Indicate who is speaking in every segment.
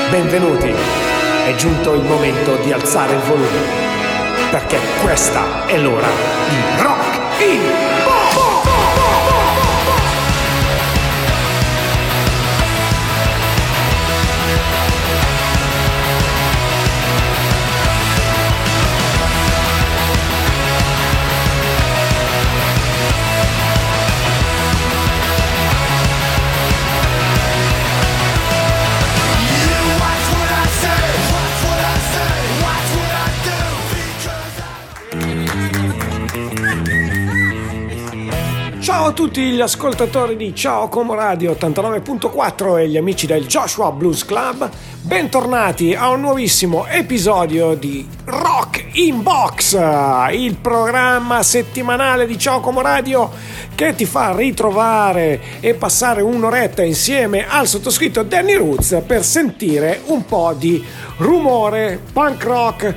Speaker 1: Benvenuti, è giunto il momento di alzare il volume, perché questa è l'ora di Rock in Box! Ciao a tutti gli ascoltatori di Ciao Como Radio 89.4 e gli amici del Joshua Blues Club, bentornati a un nuovissimo episodio di Rock in Box, il programma settimanale di Ciao Como Radio che ti fa ritrovare e passare un'oretta insieme al sottoscritto Danny Roots per sentire un po' di rumore, punk rock,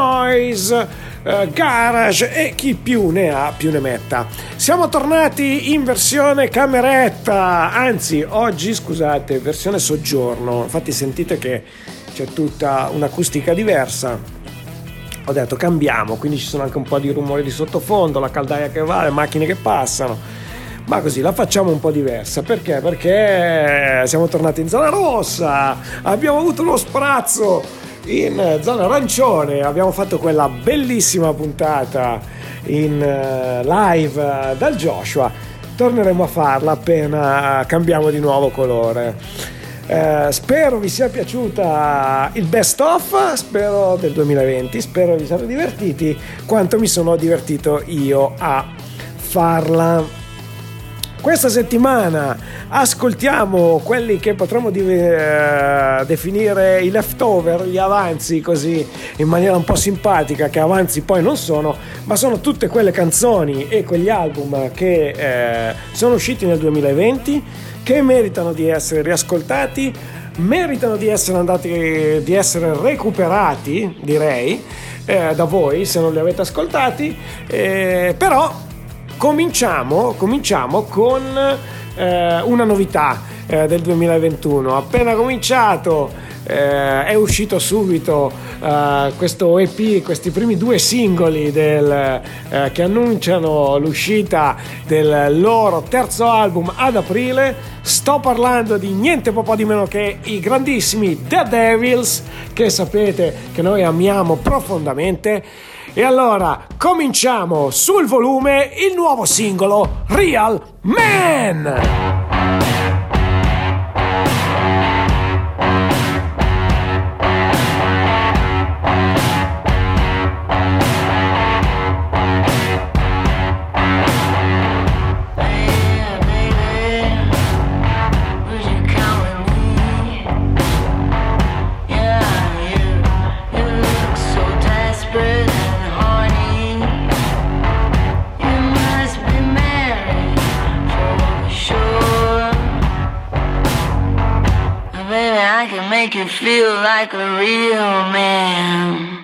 Speaker 1: noise, garage e chi più ne ha più ne metta. Siamo tornati in versione cameretta, anzi oggi scusate, versione soggiorno, infatti sentite che c'è tutta un'acustica diversa. Ho detto cambiamo, quindi ci sono anche un po' di rumore di sottofondo, la caldaia che va, le macchine che passano, ma così la facciamo un po' diversa. Perché? Perché siamo tornati in zona rossa, abbiamo avuto uno sprazzo in zona arancione, abbiamo fatto quella bellissima puntata in live dal Joshua, torneremo a farla appena cambiamo di nuovo colore. Spero vi sia piaciuta il best of, spero del 2020, spero vi siate divertiti quanto mi sono divertito io a farla. Questa settimana ascoltiamo quelli che potremmo definire i leftover, gli avanzi, così in maniera un po' simpatica, che avanzi poi non sono, ma sono tutte quelle canzoni e quegli album che sono usciti nel 2020, che meritano di essere riascoltati, meritano di essere recuperati, direi, da voi se non li avete ascoltati, però Cominciamo con una novità del 2021. Appena cominciato è uscito subito questo EP, questi primi due singoli che annunciano l'uscita del loro terzo album ad aprile. Sto parlando di niente po' di meno che i grandissimi The Devils, che sapete che noi amiamo profondamente. E allora cominciamo sul volume il nuovo singolo Real Man.
Speaker 2: Make you feel like a real man.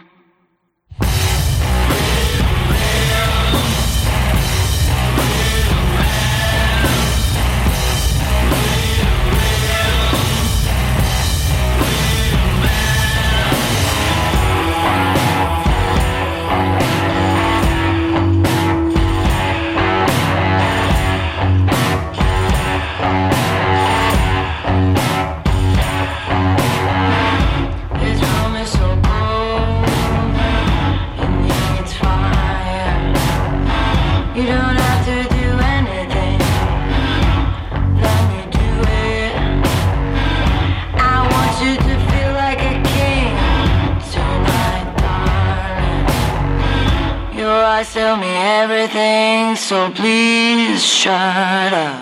Speaker 2: Tell me everything, so please shut up.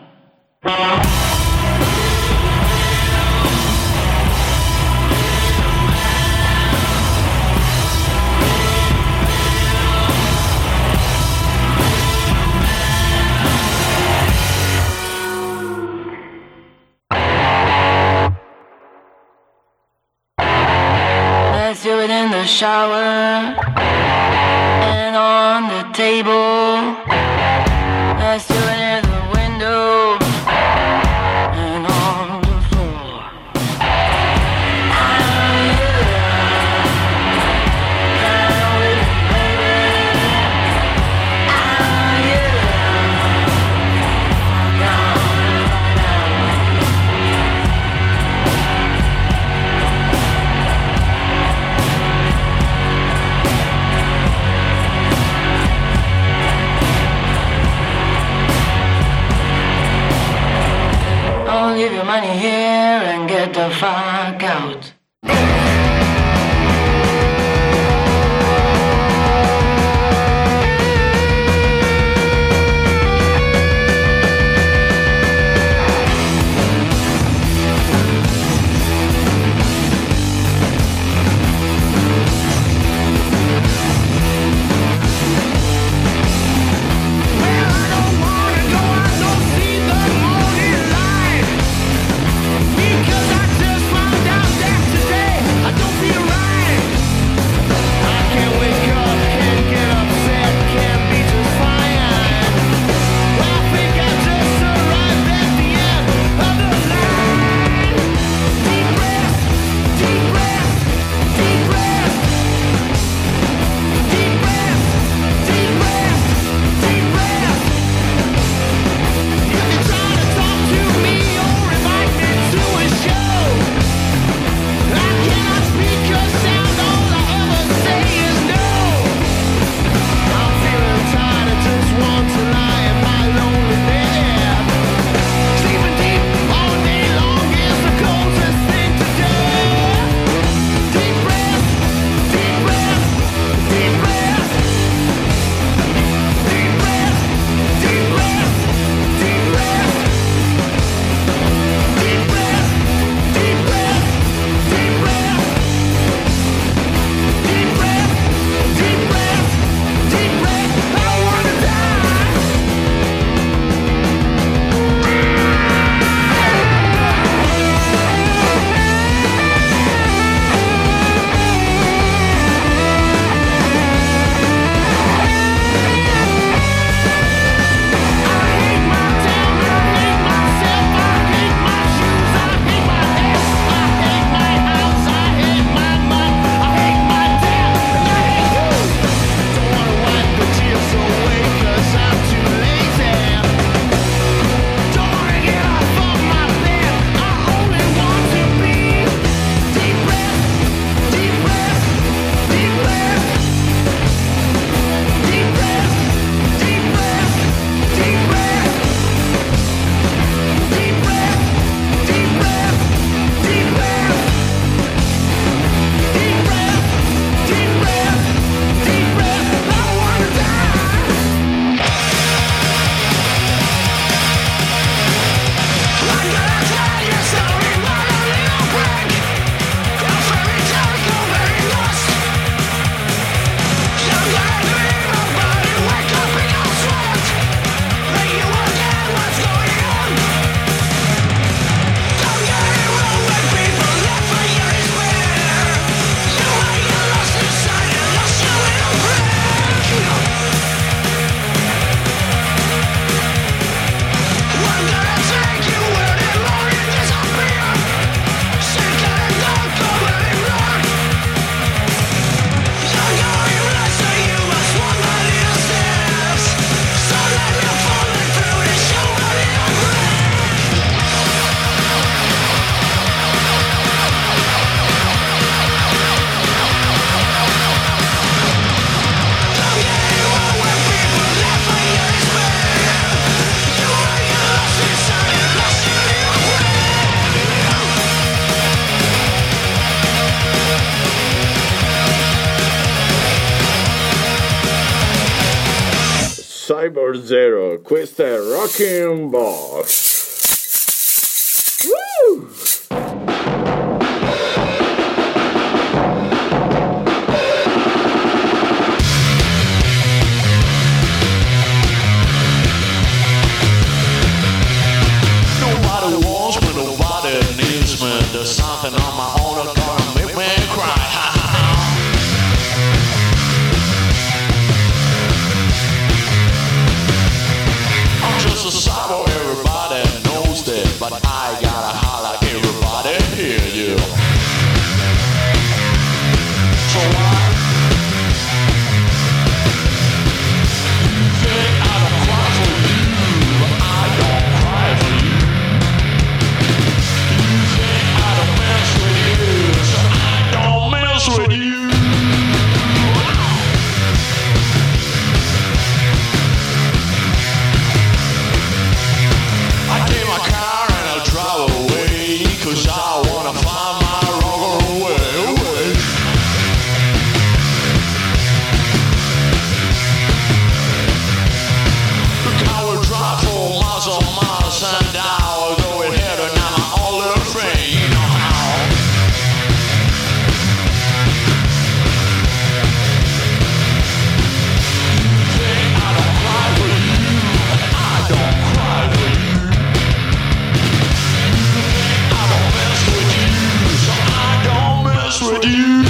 Speaker 2: Let's do it in the shower and on the table. Let's do it in the window and on the floor. money here and get the fuck out.
Speaker 3: Because I just found out that today I don't feel
Speaker 4: Cyber Zero, questo è Rockin' Box. Woo!
Speaker 5: Nobody wants me, nobody needs me. There's something on my own that's gonna make me cry. I'm just a cyber, everybody knows that, but I gotta holler, everybody hear you. So why? You think I don't cry for you, but I don't cry for you. You think I don't mess with you, so I don't mess with you.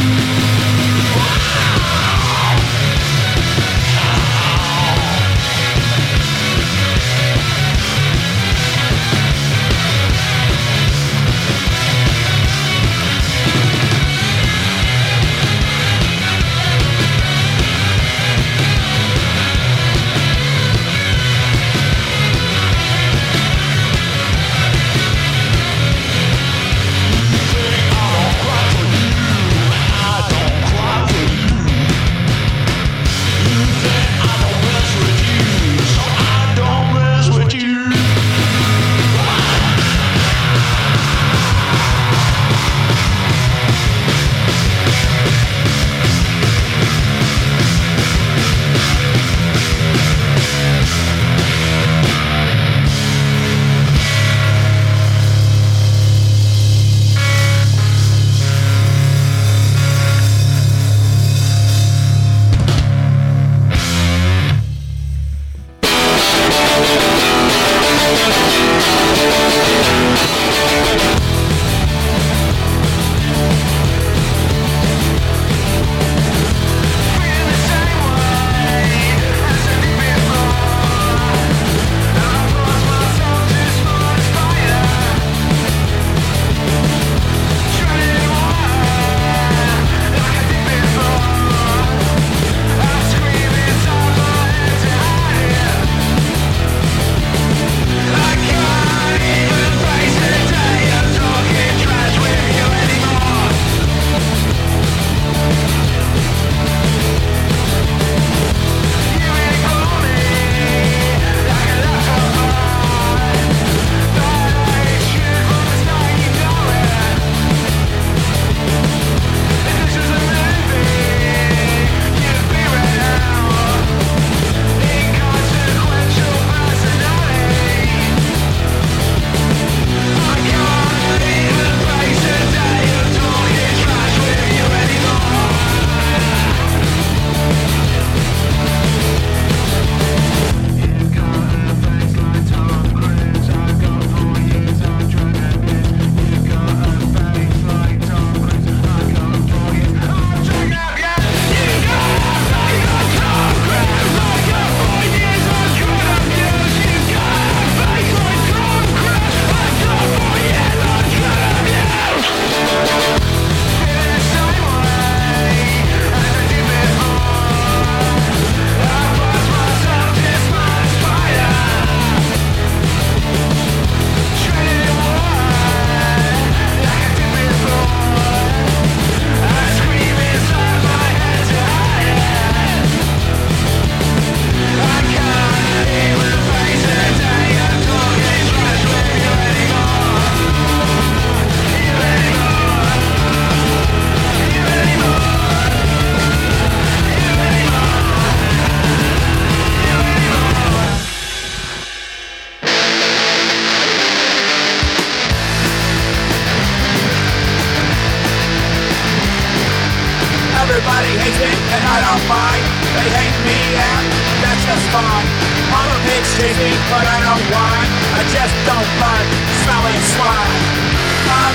Speaker 3: Everybody hates me and I don't mind. They hate me and that's just fine. All the pigs chase me but I don't whine. I just don't mind smelling swine. I'm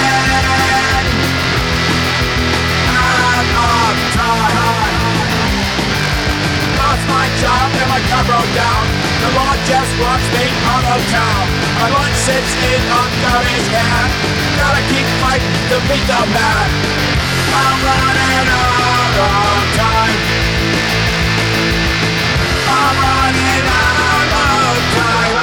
Speaker 3: running out of time. Lost my job and my car broke down. The Lord just wants me out of town. My lunch sits in under his hand. Gotta keep fighting to beat the man. I'm running out of time. I'm running out of time.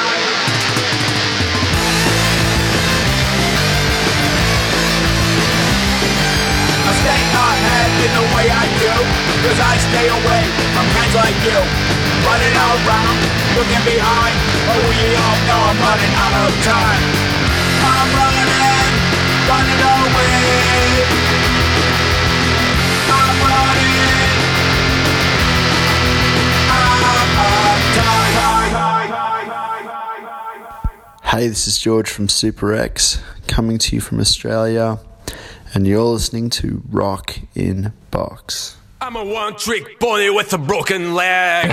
Speaker 3: I stay ahead in the way I do, 'cause I stay away from friends like you. Running around, looking behind, but we all know I'm running out of time. I'm running away. I'm running out of time.
Speaker 6: Hey, this is George from Super X, coming to you from Australia, and you're listening to Rock in Box.
Speaker 7: I'm a one-trick pony with a broken leg.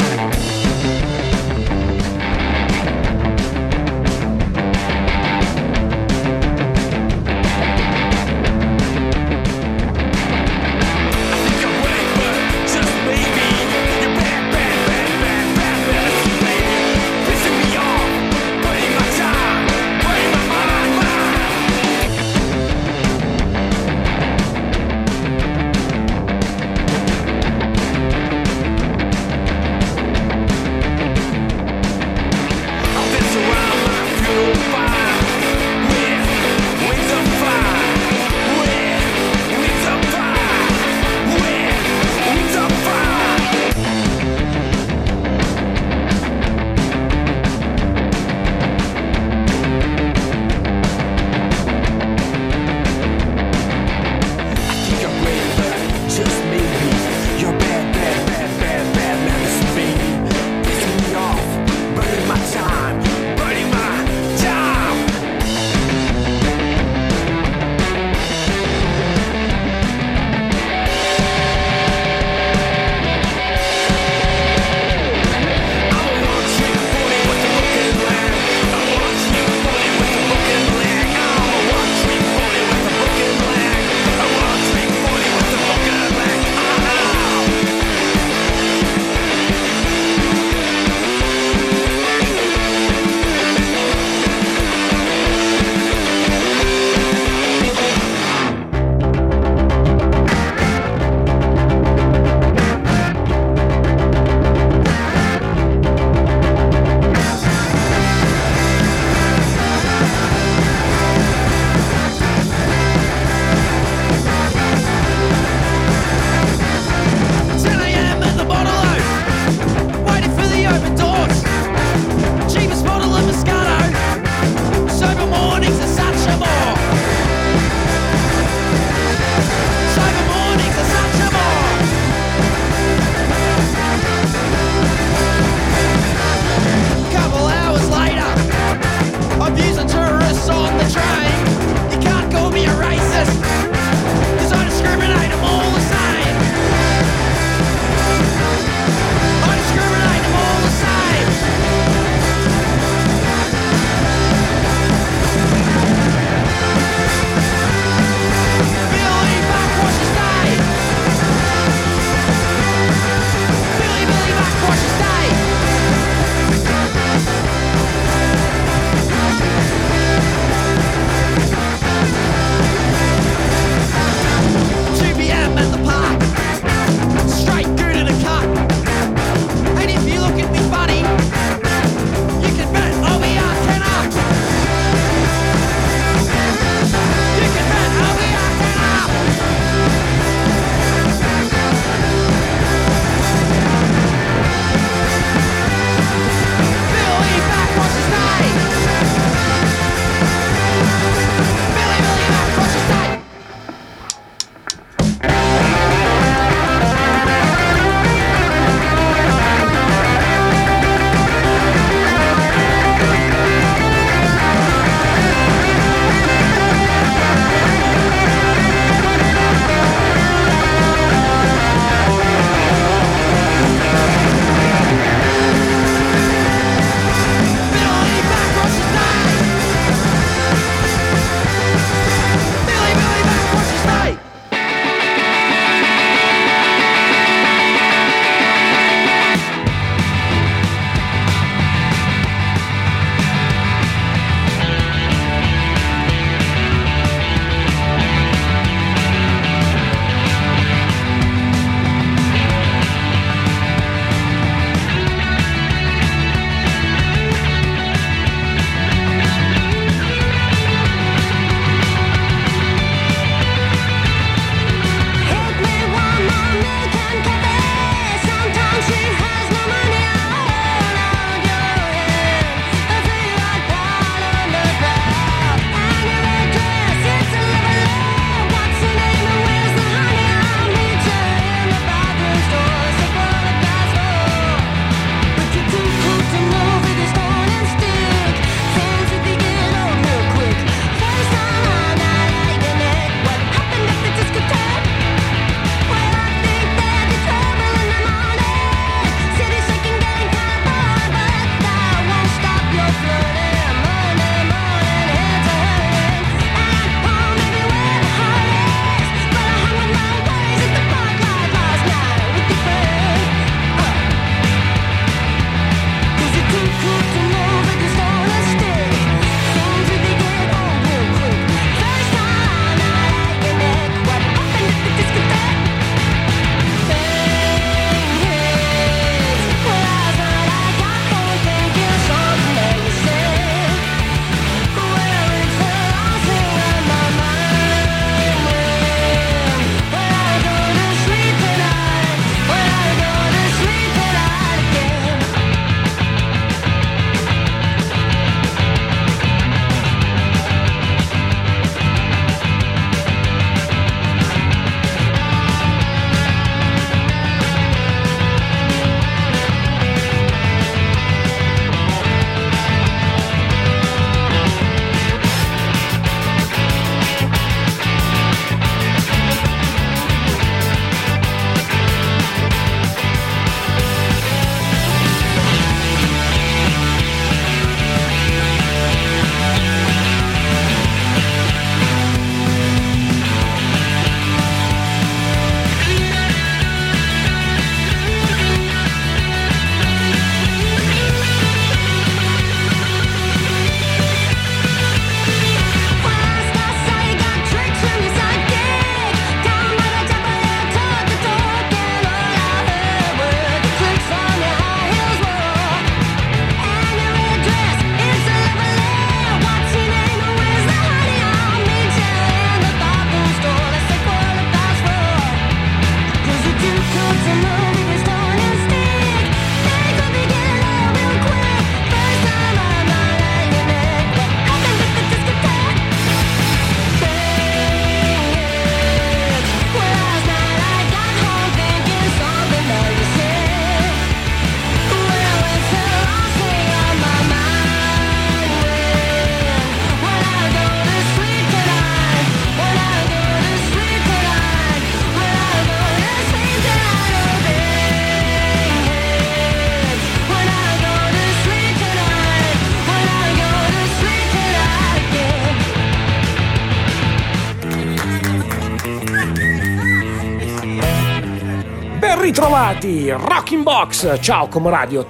Speaker 1: ritrovati, Rock in Box, ciao Comoradio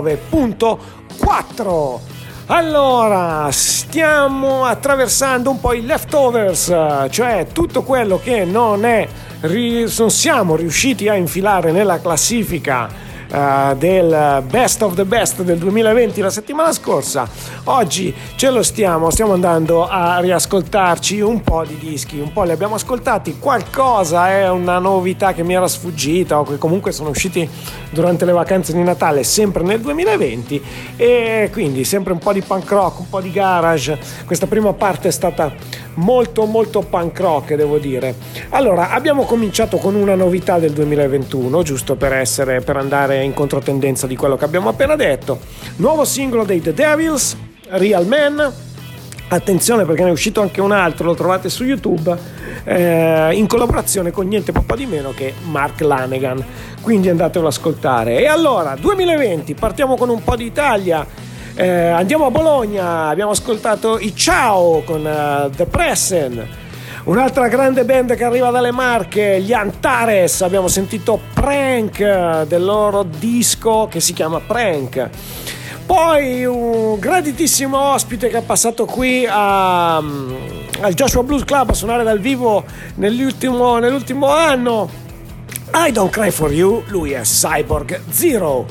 Speaker 1: 89.4. Allora, stiamo attraversando un po' i leftovers, cioè tutto quello che non siamo riusciti a infilare nella classifica del Best of the Best del 2020 la settimana scorsa. Oggi stiamo andando a riascoltarci un po' di dischi, un po' li abbiamo ascoltati, qualcosa è una novità che mi era sfuggita o che comunque sono usciti durante le vacanze di Natale sempre nel 2020, e quindi sempre un po' di punk rock, un po' di garage. Questa prima parte è stata molto punk rock, devo dire. Allora, abbiamo cominciato con una novità del 2021, giusto per andare in controtendenza di quello che abbiamo appena detto. Nuovo singolo dei The Devils, Real Man. Attenzione, perché ne è uscito anche un altro, lo trovate su YouTube, in collaborazione con niente po' di meno che Mark Lanegan, quindi andatelo ad ascoltare. E allora, 2020, partiamo con un po' di Italia. Andiamo a Bologna, abbiamo ascoltato i Ciao con The Pressen. Un'altra grande band che arriva dalle Marche, gli Antares. Abbiamo sentito Prank del loro disco che si chiama Prank. Poi un graditissimo ospite che è passato qui al Joshua Blues Club a suonare dal vivo nell'ultimo anno. I Don't Cry For You, lui è Cyborg Zero.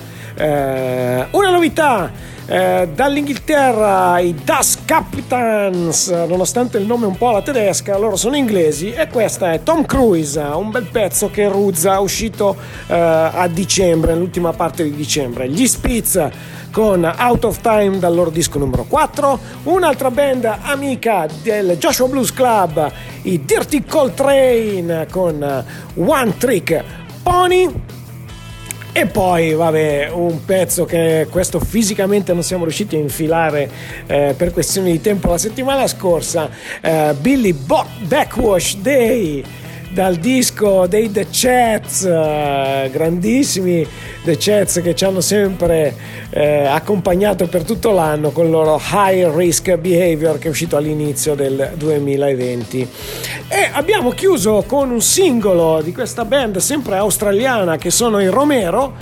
Speaker 1: Una novità dall'Inghilterra, i Das Capitans, nonostante il nome un po' alla tedesca, loro sono inglesi, e questa è Tom Cruise, un bel pezzo che ruzza, uscito a dicembre, nell'ultima parte di dicembre. Gli Spitz con Out of Time dal loro disco numero 4, un'altra band amica del Joshua Blues Club, i Dirty Coltrane con One Trick Pony. E poi un pezzo che questo fisicamente non siamo riusciti a infilare per questioni di tempo la settimana scorsa, Billy Backwash Day dal disco dei The Chats, grandissimi The Chats che ci hanno sempre accompagnato per tutto l'anno con il loro High Risk Behavior, che è uscito all'inizio del 2020. E abbiamo chiuso con un singolo di questa band sempre australiana, che sono i Romero,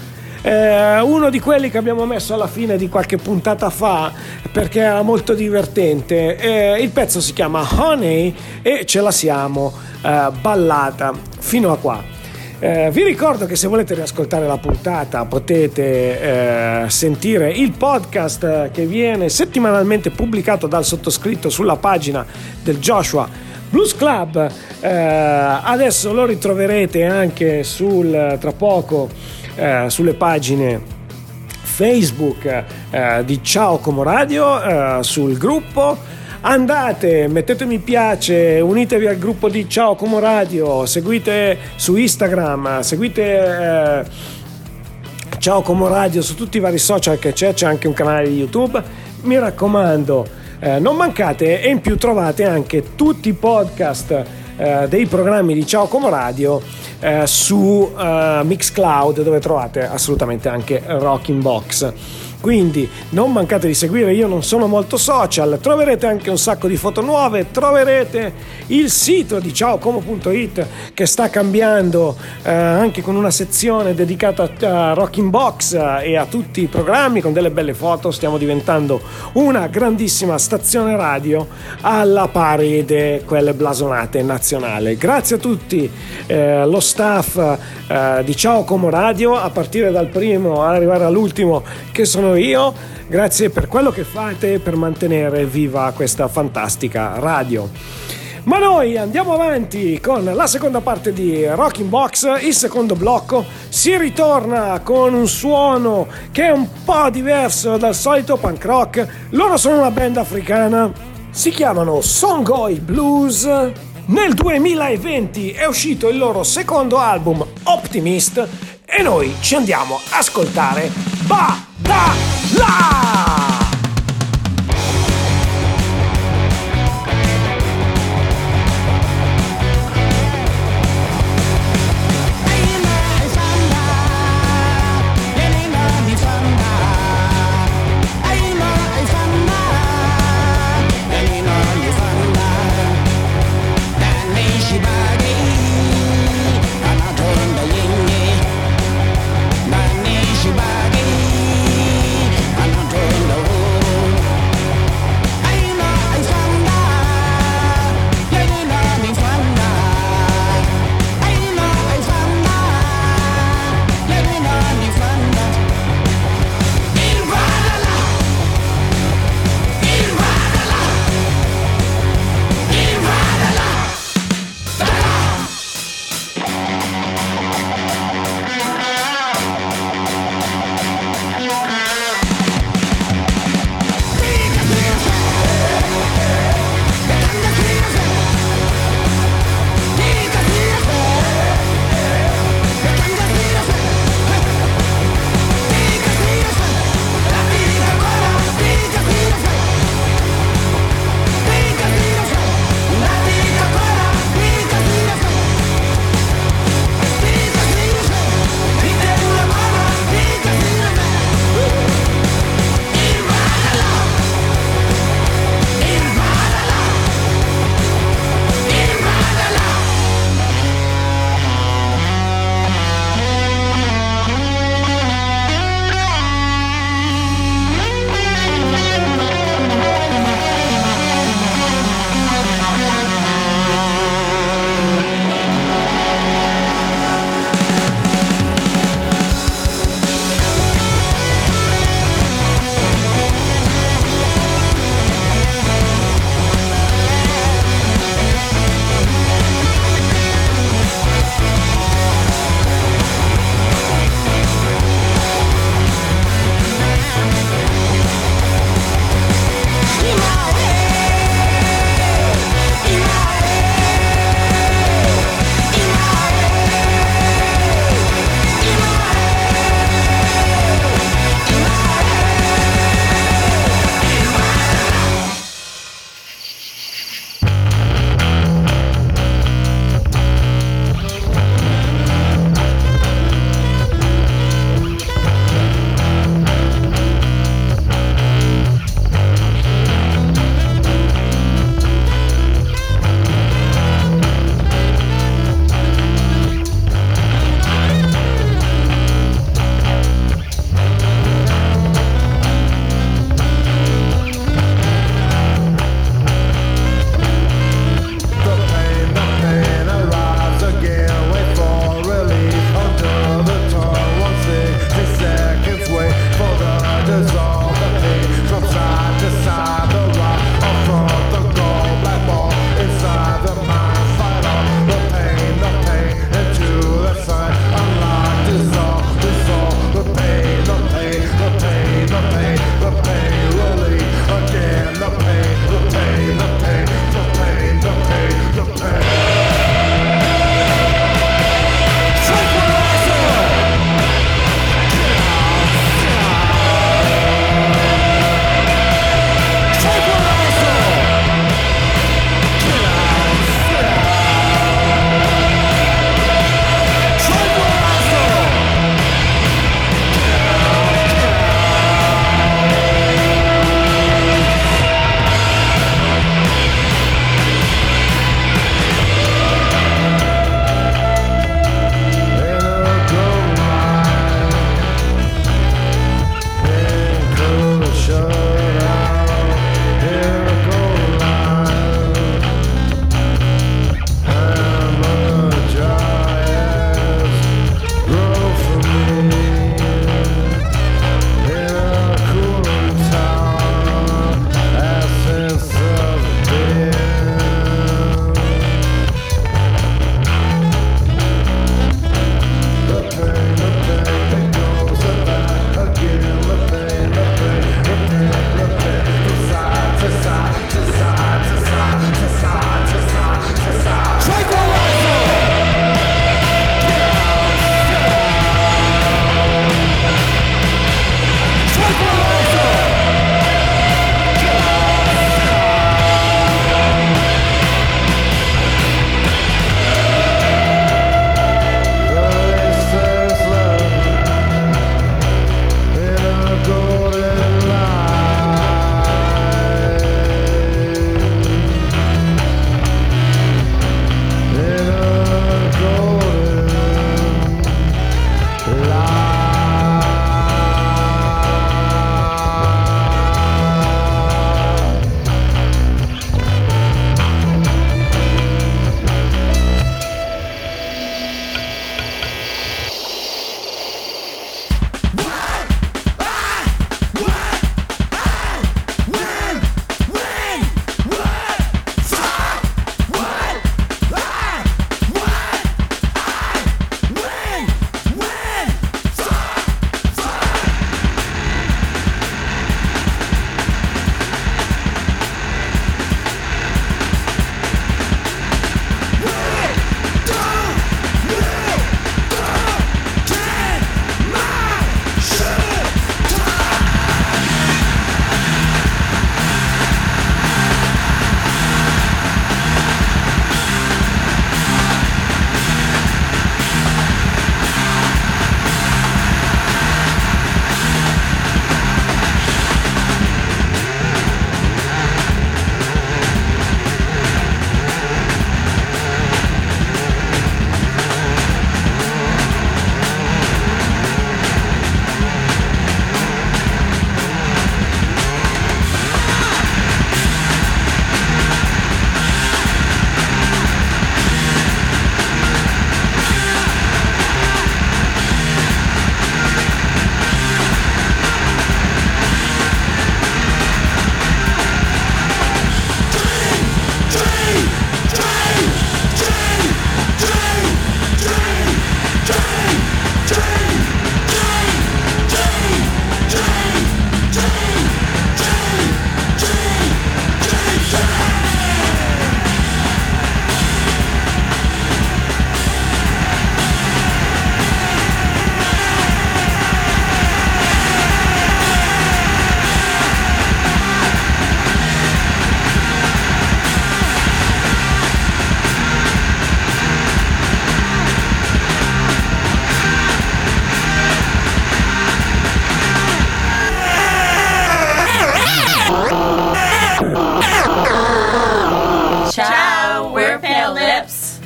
Speaker 1: uno di quelli che abbiamo messo alla fine di qualche puntata fa perché era molto divertente. Il pezzo si chiama Honey e ce la siamo ballata fino a qua. Vi ricordo che se volete riascoltare la puntata potete sentire il podcast che viene settimanalmente pubblicato dal sottoscritto sulla pagina del Joshua Blues Club. Adesso lo ritroverete anche tra poco sulle pagine Facebook di Ciao Comoradio, sul gruppo. Andate, mettete mi piace, unitevi al gruppo di Ciao Comoradio, seguite su Instagram, seguite Ciao Comoradio su tutti i vari social che c'è anche un canale di YouTube. Mi raccomando, non mancate, e in più trovate anche tutti i podcast dei programmi di Ciao Comoradio su Mixcloud, dove trovate assolutamente anche Rock in Box. Quindi non mancate di seguire, io non sono molto social, troverete anche un sacco di foto nuove, troverete il sito di ciaocomo.it che sta cambiando, anche con una sezione dedicata a Rock in Box e a tutti i programmi con delle belle foto. Stiamo diventando una grandissima stazione radio alla pari di quelle blasonate nazionali. Grazie a tutti lo staff di Ciao Comoradio, a partire dal primo ad arrivare all'ultimo che sono io. Grazie per quello che fate per mantenere viva questa fantastica radio. Ma noi andiamo avanti con la seconda parte di Rock in Box, il secondo blocco. Si ritorna con un suono che è un po' diverso dal solito punk rock. Loro sono una band africana, si chiamano Songoi Blues. Nel 2020 è uscito il loro secondo album, Optimist, e noi ci andiamo a ascoltare Badala!
Speaker 8: Shibari, Anatonda Yingi,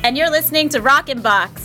Speaker 8: and you're listening to Rockin' Box.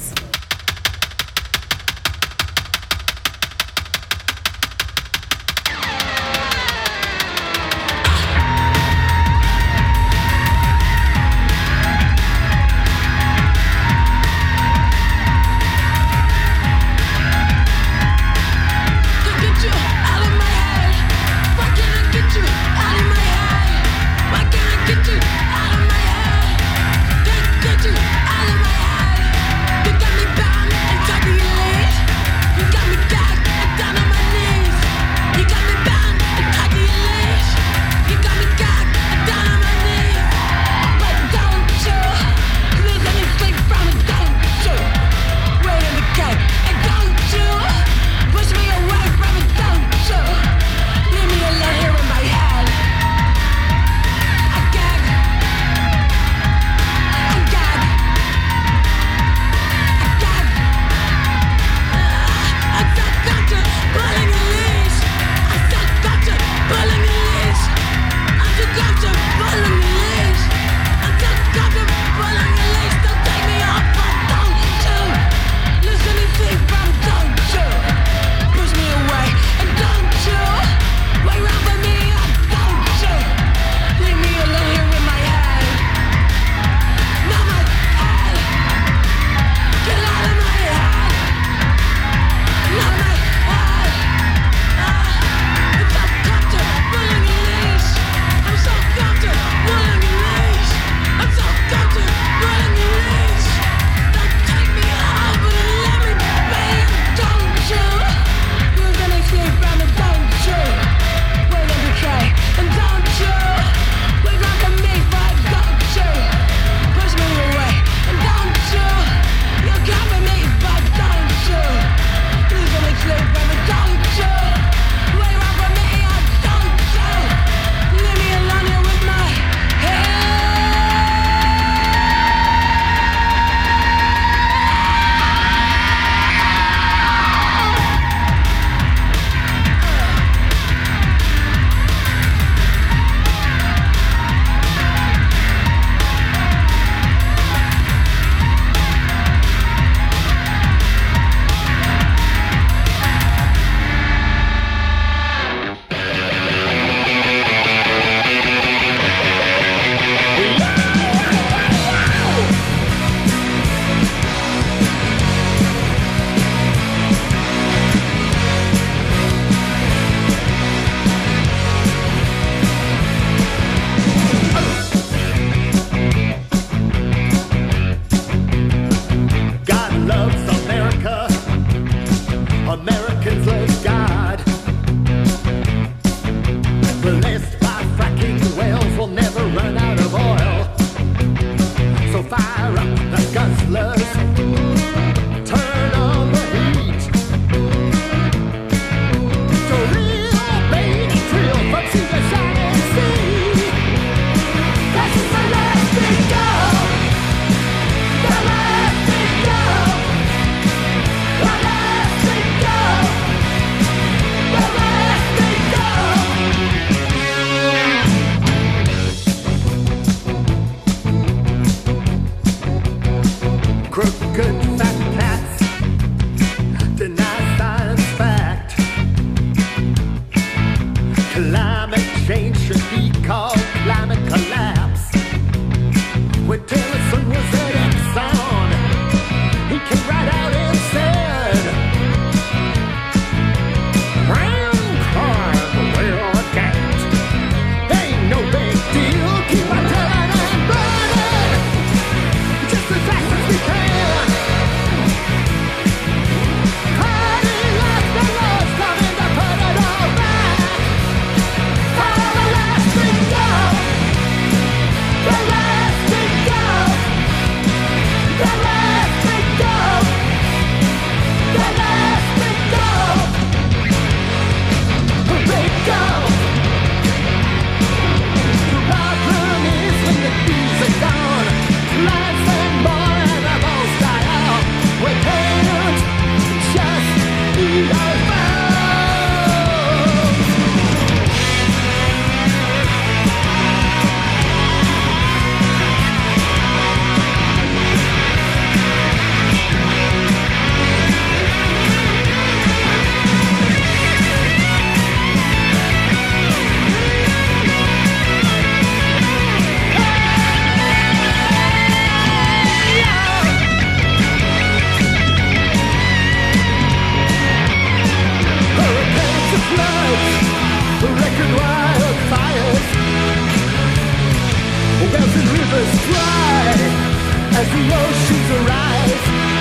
Speaker 3: as the oceans arise.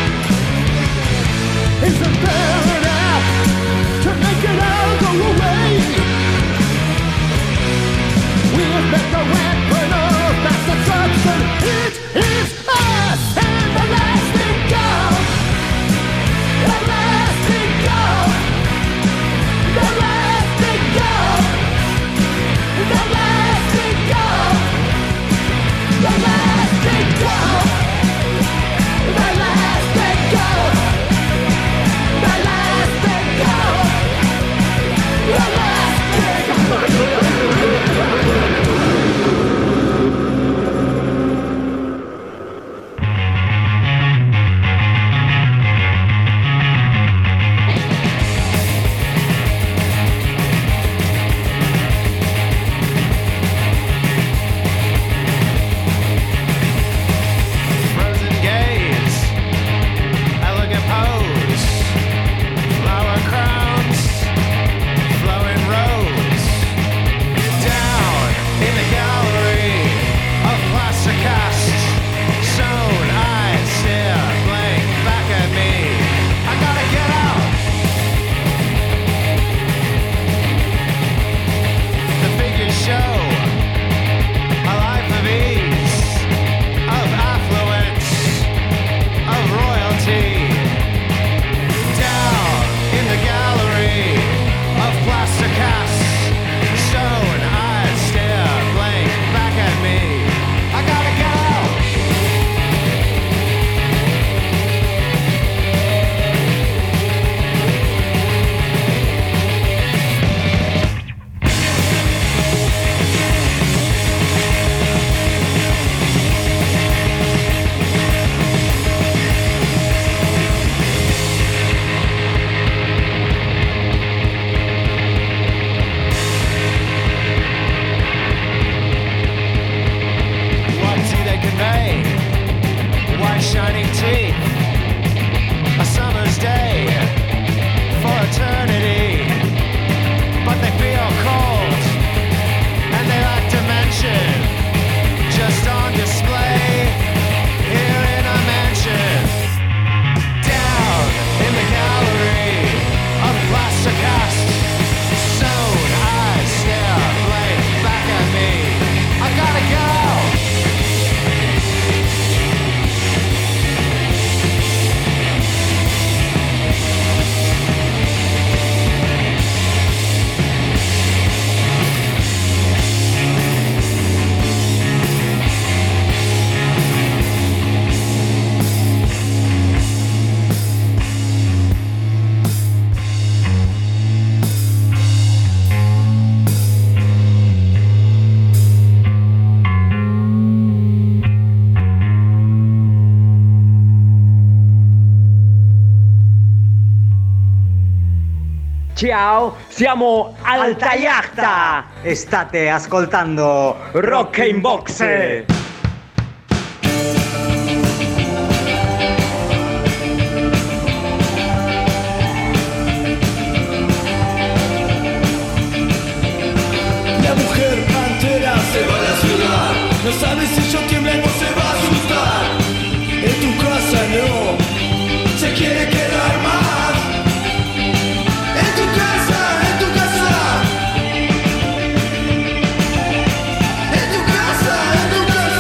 Speaker 3: Isn't there enough to make it all go away? We have met the weapon of mass destruction. It is us and the lasting goal. The lasting goal. The lasting goal. The lasting goal. The lasting goal. The lasting goal. The lasting goal. The lasting goal.
Speaker 9: Frozen gaze, elegant pose, flower crowns, flowing rose. Down in the gallery of plaster casts, stone eyes stare blank back at me. I gotta get out. The figures show a life of ease, of affluence, of royalty. Down in the gallery of plaster casts, stone eyes stare blank back at me. I gotta get out. What do they convey? White shining teeth, a summer's day for eternity. But they feel cold and they lack dimension, just on display here in a mansion. Down in the gallery of plaster casts, stone eyes stare blank back at me. I gotta go.
Speaker 10: Ciao, siamo Alta Yachta e state ascoltando Rock in Box.
Speaker 3: La mujer pantera se va a la ciudad. No sabes si yo tiembla y no se va a asustar. En tu casa no se quiere quedar más. En tu casa, en tu casa. En tu casa, en tu casa.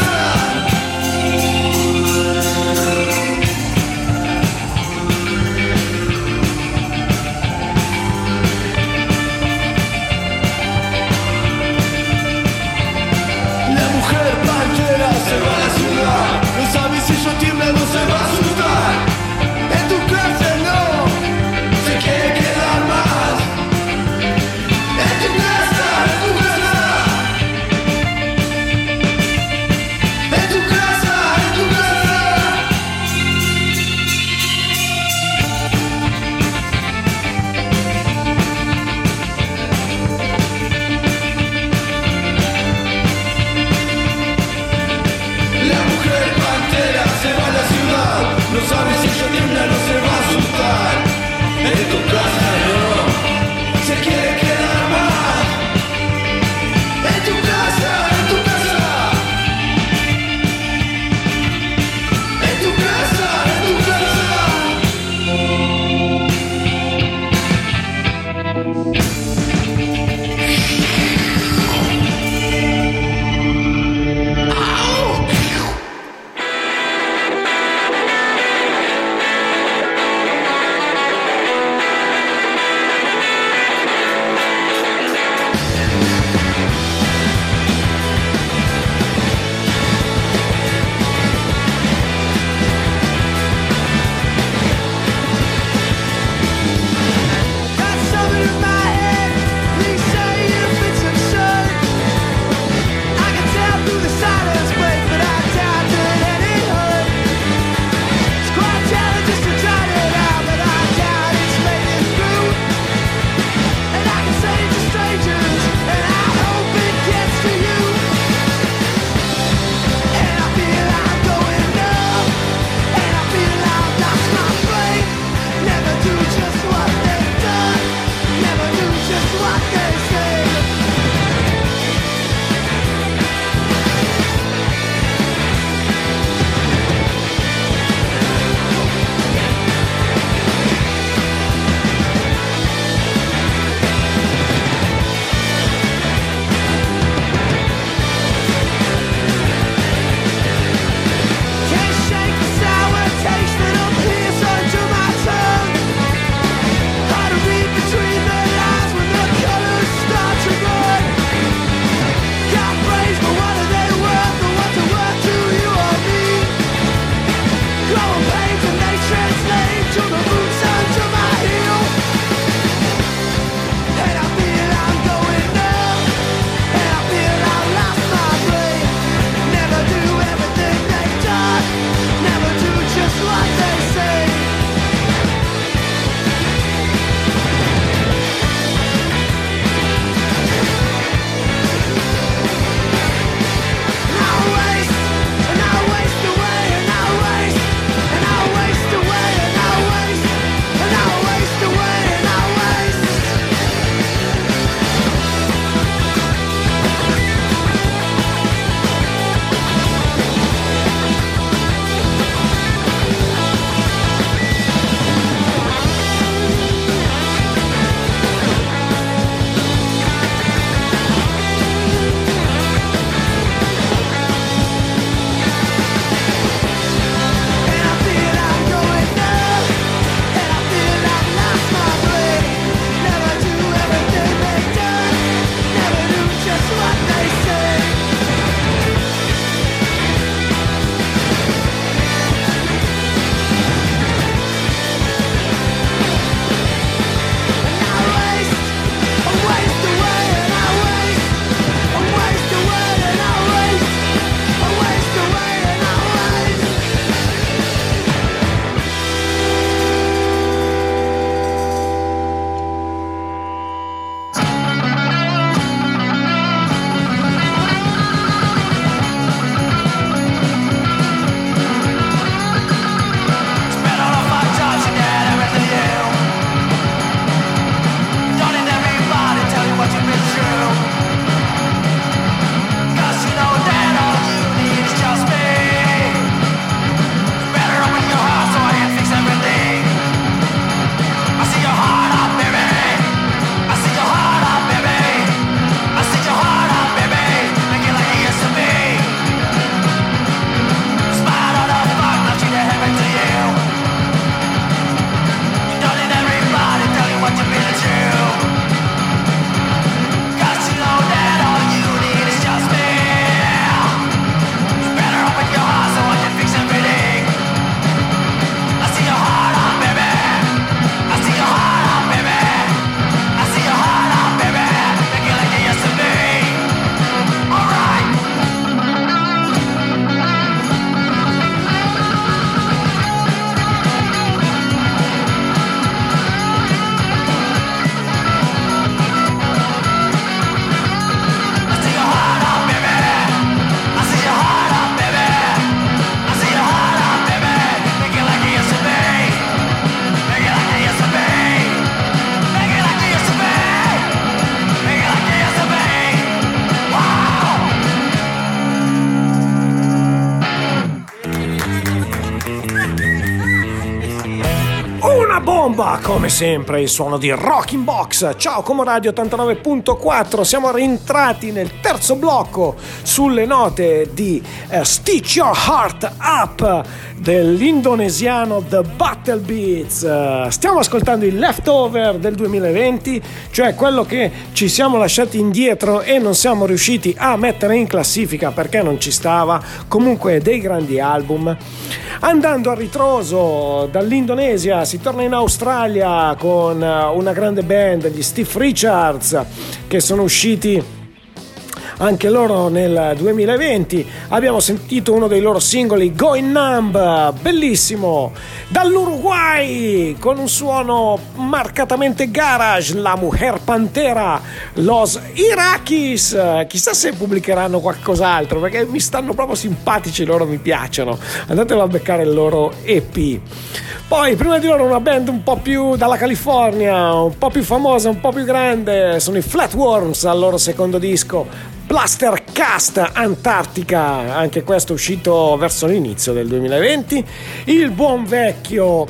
Speaker 1: Una bomba, come sempre, il suono di Rocking Box. Ciao Como Radio 89.4, siamo rientrati nel terzo blocco sulle note di Stitch Your Heart Up dell'indonesiano The Battle Beats. Stiamo ascoltando il leftover del 2020, cioè quello che ci siamo lasciati indietro e non siamo riusciti a mettere in classifica perché non ci stava. Comunque dei grandi album. Andando a ritroso dall'Indonesia si torna in Australia con una grande band, gli Steve Richards, che sono usciti anche loro nel 2020. Abbiamo sentito uno dei loro singoli, Going Numb, bellissimo, dall'Uruguay, con un suono marcatamente garage, la Mujer Pantera, Los Irakis. Chissà se pubblicheranno qualcos'altro, perché mi stanno proprio simpatici, loro mi piacciono. Andatelo a beccare il loro EP. Poi prima di loro una band un po' più dalla California, un po' più famosa, un po' più grande, sono i Flatworms al loro secondo disco, Plaster Cast Antartica, anche questo uscito verso l'inizio del 2020. Il buon vecchio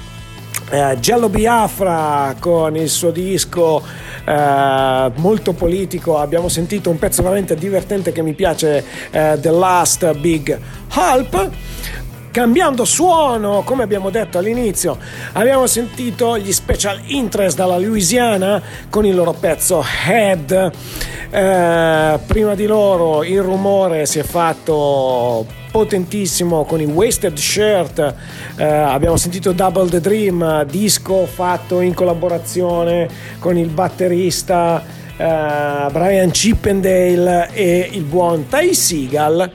Speaker 1: Jello Biafra con il suo disco molto politico. Abbiamo sentito un pezzo veramente divertente che mi piace, The Last Big Hulp. Cambiando suono, come abbiamo detto all'inizio, abbiamo sentito gli Special Interest dalla Louisiana con il loro pezzo Head. Prima di loro il rumore si è fatto potentissimo con i Wasted Shirt. Abbiamo sentito Double the Dream, disco fatto in collaborazione con il batterista Brian Chippendale e il buon Ty Segall.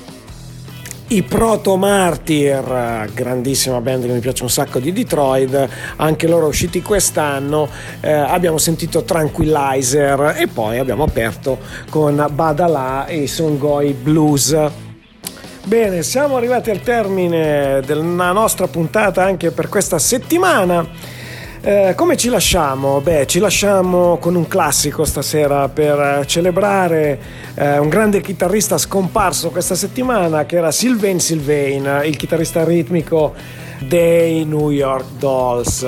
Speaker 1: I Proto Martyr, grandissima band che mi piace un sacco, di Detroit, anche loro usciti quest'anno. Abbiamo sentito Tranquilizer e poi abbiamo aperto con Badalà e i Songoi Blues. Bene, siamo arrivati al termine della nostra puntata anche per questa settimana. Come ci lasciamo? Ci lasciamo con un classico stasera per celebrare un grande chitarrista scomparso questa settimana, che era Sylvain Sylvain, il chitarrista ritmico dei New York Dolls,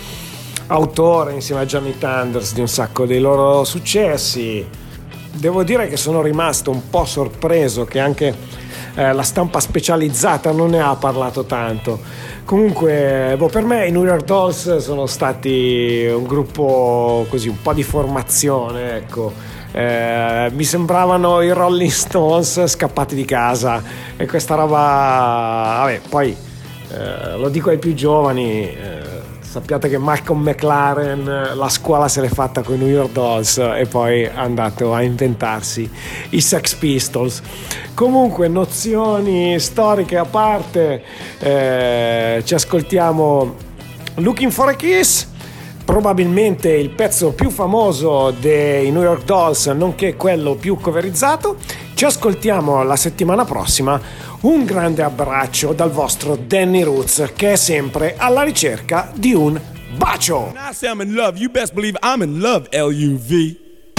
Speaker 1: autore insieme a Johnny Thunders di un sacco dei loro successi. Devo dire che sono rimasto un po' sorpreso che anche la stampa specializzata non ne ha parlato tanto. Comunque per me i New York Dolls sono stati un gruppo così, un po' di formazione, ecco. Mi sembravano i Rolling Stones scappati di casa, e questa roba, poi lo dico ai più giovani, sappiate che Malcolm McLaren la scuola se l'è fatta con i New York Dolls e poi è andato a inventarsi i Sex Pistols. Comunque, nozioni storiche a parte, ci ascoltiamo Looking for a Kiss, probabilmente il pezzo più famoso dei New York Dolls, nonché quello più coverizzato. Ci ascoltiamo la settimana prossima. Un grande abbraccio dal vostro Danny Roots, che è sempre alla ricerca di un bacio.
Speaker 11: When I say I'm in love, you best believe I'm in love, L-U-V.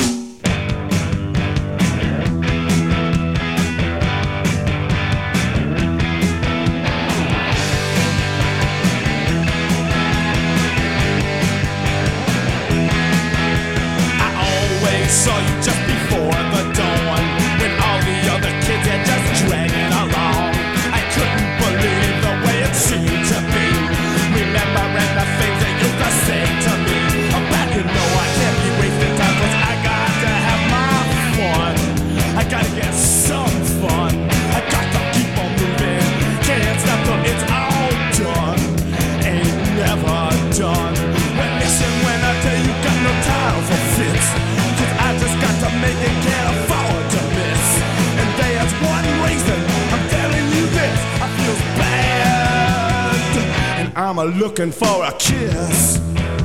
Speaker 3: Saw you just before the dawn, when all the other kids had just dragging along. I couldn't believe the way it seemed to be, remembering the things they used to say to me. But you know I can't be wasting time, 'cause I got to have my fun. I gotta get some fun. I got to keep on moving. Can't stop till it's all done. Ain't never done. Well, listen when I tell you, got no time for fits. I just got to make it, can't afford to miss. And there's one reason I'm telling you this, I feel bad, and I'm looking for a kiss.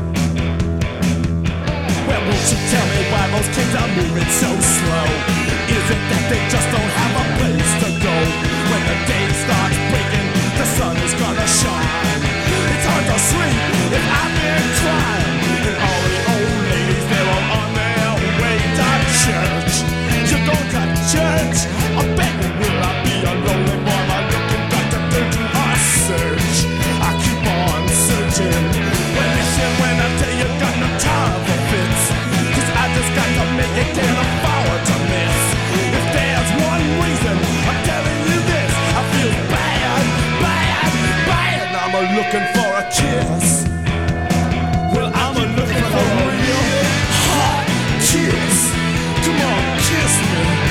Speaker 3: Well, won't you tell me why those kids are moving so slow? Is it that they just don't have a place to go? When the day starts breaking, the sun is gonna shine. It's hard to sleep if I've been crying. And all the old ladies, they're all on their way to church. You go to church? I bet you will I be a lonely boy, my looking back to 30 or 6.
Speaker 11: a looking for a kiss. Well, I'm a looking for a real hot kiss. Come on, kiss me.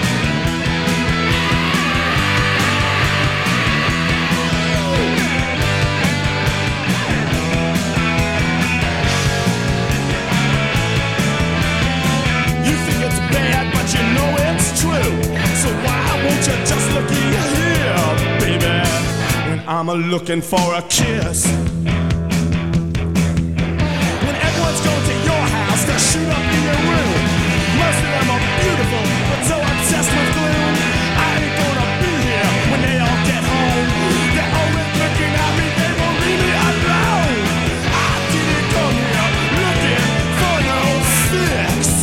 Speaker 11: Bad, but you know it's true. So why won't you just look here, baby? When I'm a looking for a kiss. When everyone's going to your house to shoot up in your room. Most of them are beautiful, but so obsessed with gloom. I ain't gonna be here when they all get home. They're always looking at me, they won't leave me alone. I didn't come here looking for no fix.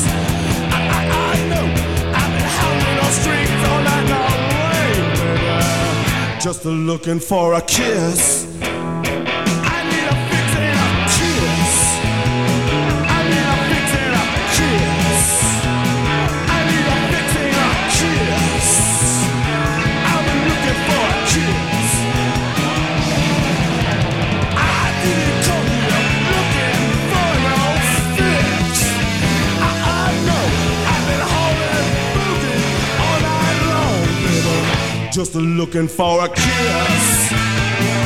Speaker 11: Streets all night long, baby. Just looking for a kiss. I need a fix and a kiss. I need a fix and a kiss. I need a fix and a kiss. I've been looking for a kiss. I didn't come here looking for no fix. I know I've been holding just looking for a kiss.